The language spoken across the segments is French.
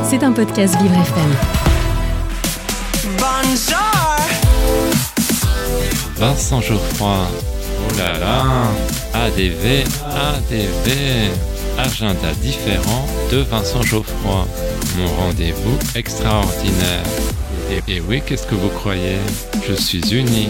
C'est un podcast Vivre FM. Bonjour. Vincent Geoffroy. Oh là là. ADV. Agenda différent de Vincent Geoffroy. Mon rendez-vous extraordinaire. Et oui, qu'est-ce que vous croyez ? Je suis unique.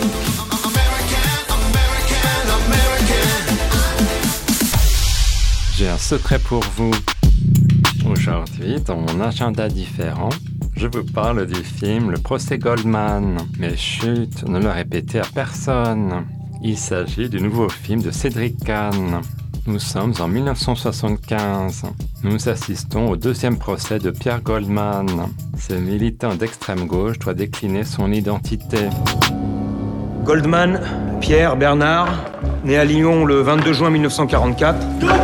J'ai un secret pour vous. Aujourd'hui, dans mon agenda différent, je vous parle du film Le procès Goldman. Mais chut, ne le répétez à personne. Il s'agit du nouveau film de Cédric Kahn. Nous sommes en 1975. Nous assistons au deuxième procès de Pierre Goldman. Ce militant d'extrême gauche doit décliner son identité. Goldman, Pierre Bernard, né à Lyon le 22 juin 1944.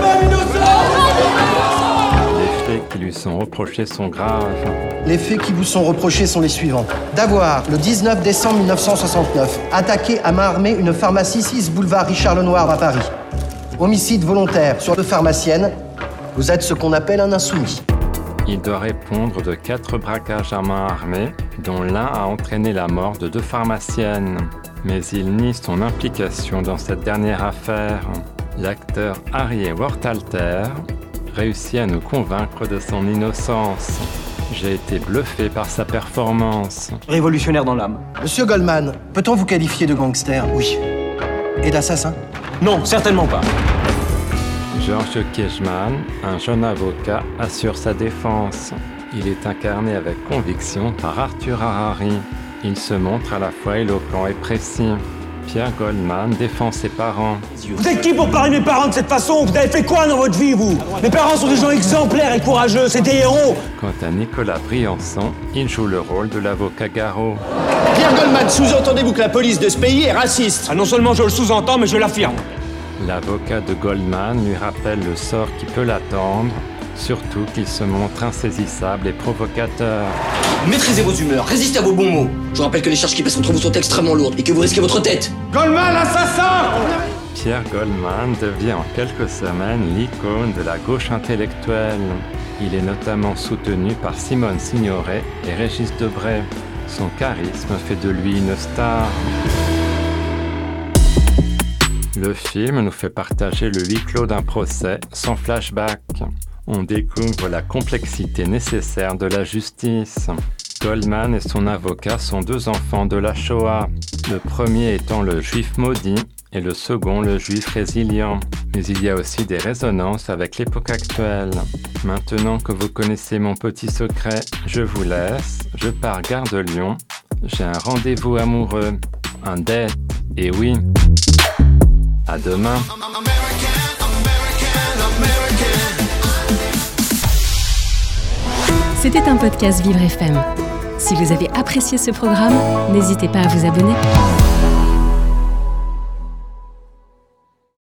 Les faits qui lui sont reprochés sont graves. Les faits qui vous sont reprochés sont les suivants. D'avoir, le 19 décembre 1969, attaqué à main armée une pharmacie 6 boulevard Richard Lenoir à Paris. Homicide volontaire sur deux pharmaciennes. Vous êtes ce qu'on appelle un insoumis. Il doit répondre de 4 braquages à main armée, dont l'un a entraîné la mort de 2 pharmaciennes. Mais il nie son implication dans cette dernière affaire. L'acteur Harry Wortalter réussit à nous convaincre de son innocence. J'ai été bluffé par sa performance. Révolutionnaire dans l'âme. Monsieur Goldman, peut-on vous qualifier de gangster ? Oui. Et d'assassin ? Non, certainement pas. Georges Kejman, un jeune avocat, assure sa défense. Il est incarné avec conviction par Arthur Harari. Il se montre à la fois éloquent et précis. Pierre Goldman défend ses parents. Vous êtes qui pour parler de mes parents de cette façon ? Vous avez fait quoi dans votre vie, vous ? Mes parents sont des gens exemplaires et courageux, c'est des héros. Quant à Nicolas Briançon, il joue le rôle de l'avocat Garot. Pierre Goldman, sous-entendez-vous que la police de ce pays est raciste ? Ah, non seulement je le sous-entends, mais je l'affirme. L'avocat de Goldman lui rappelle le sort qui peut l'attendre, surtout qu'il se montre insaisissable et provocateur. Maîtrisez vos humeurs, résistez à vos bons mots. Je vous rappelle que les charges qui pèsent contre vous sont extrêmement lourdes et que vous risquez votre tête. Goldman, assassin ! Pierre Goldman devient en quelques semaines l'icône de la gauche intellectuelle. Il est notamment soutenu par Simone Signoret et Régis Debray. Son charisme fait de lui une star. Le film nous fait partager le huis clos d'un procès sans flashback. On découvre la complexité nécessaire de la justice. Goldman et son avocat sont 2 enfants de la Shoah, le premier étant le juif maudit et le second le juif résilient. Mais il y a aussi des résonances avec l'époque actuelle. Maintenant que vous connaissez mon petit secret, je vous laisse, je pars gare de Lyon. J'ai un rendez-vous amoureux, un date, et oui, à demain. C'était un podcast Vivre FM. Si vous avez apprécié ce programme, n'hésitez pas à vous abonner.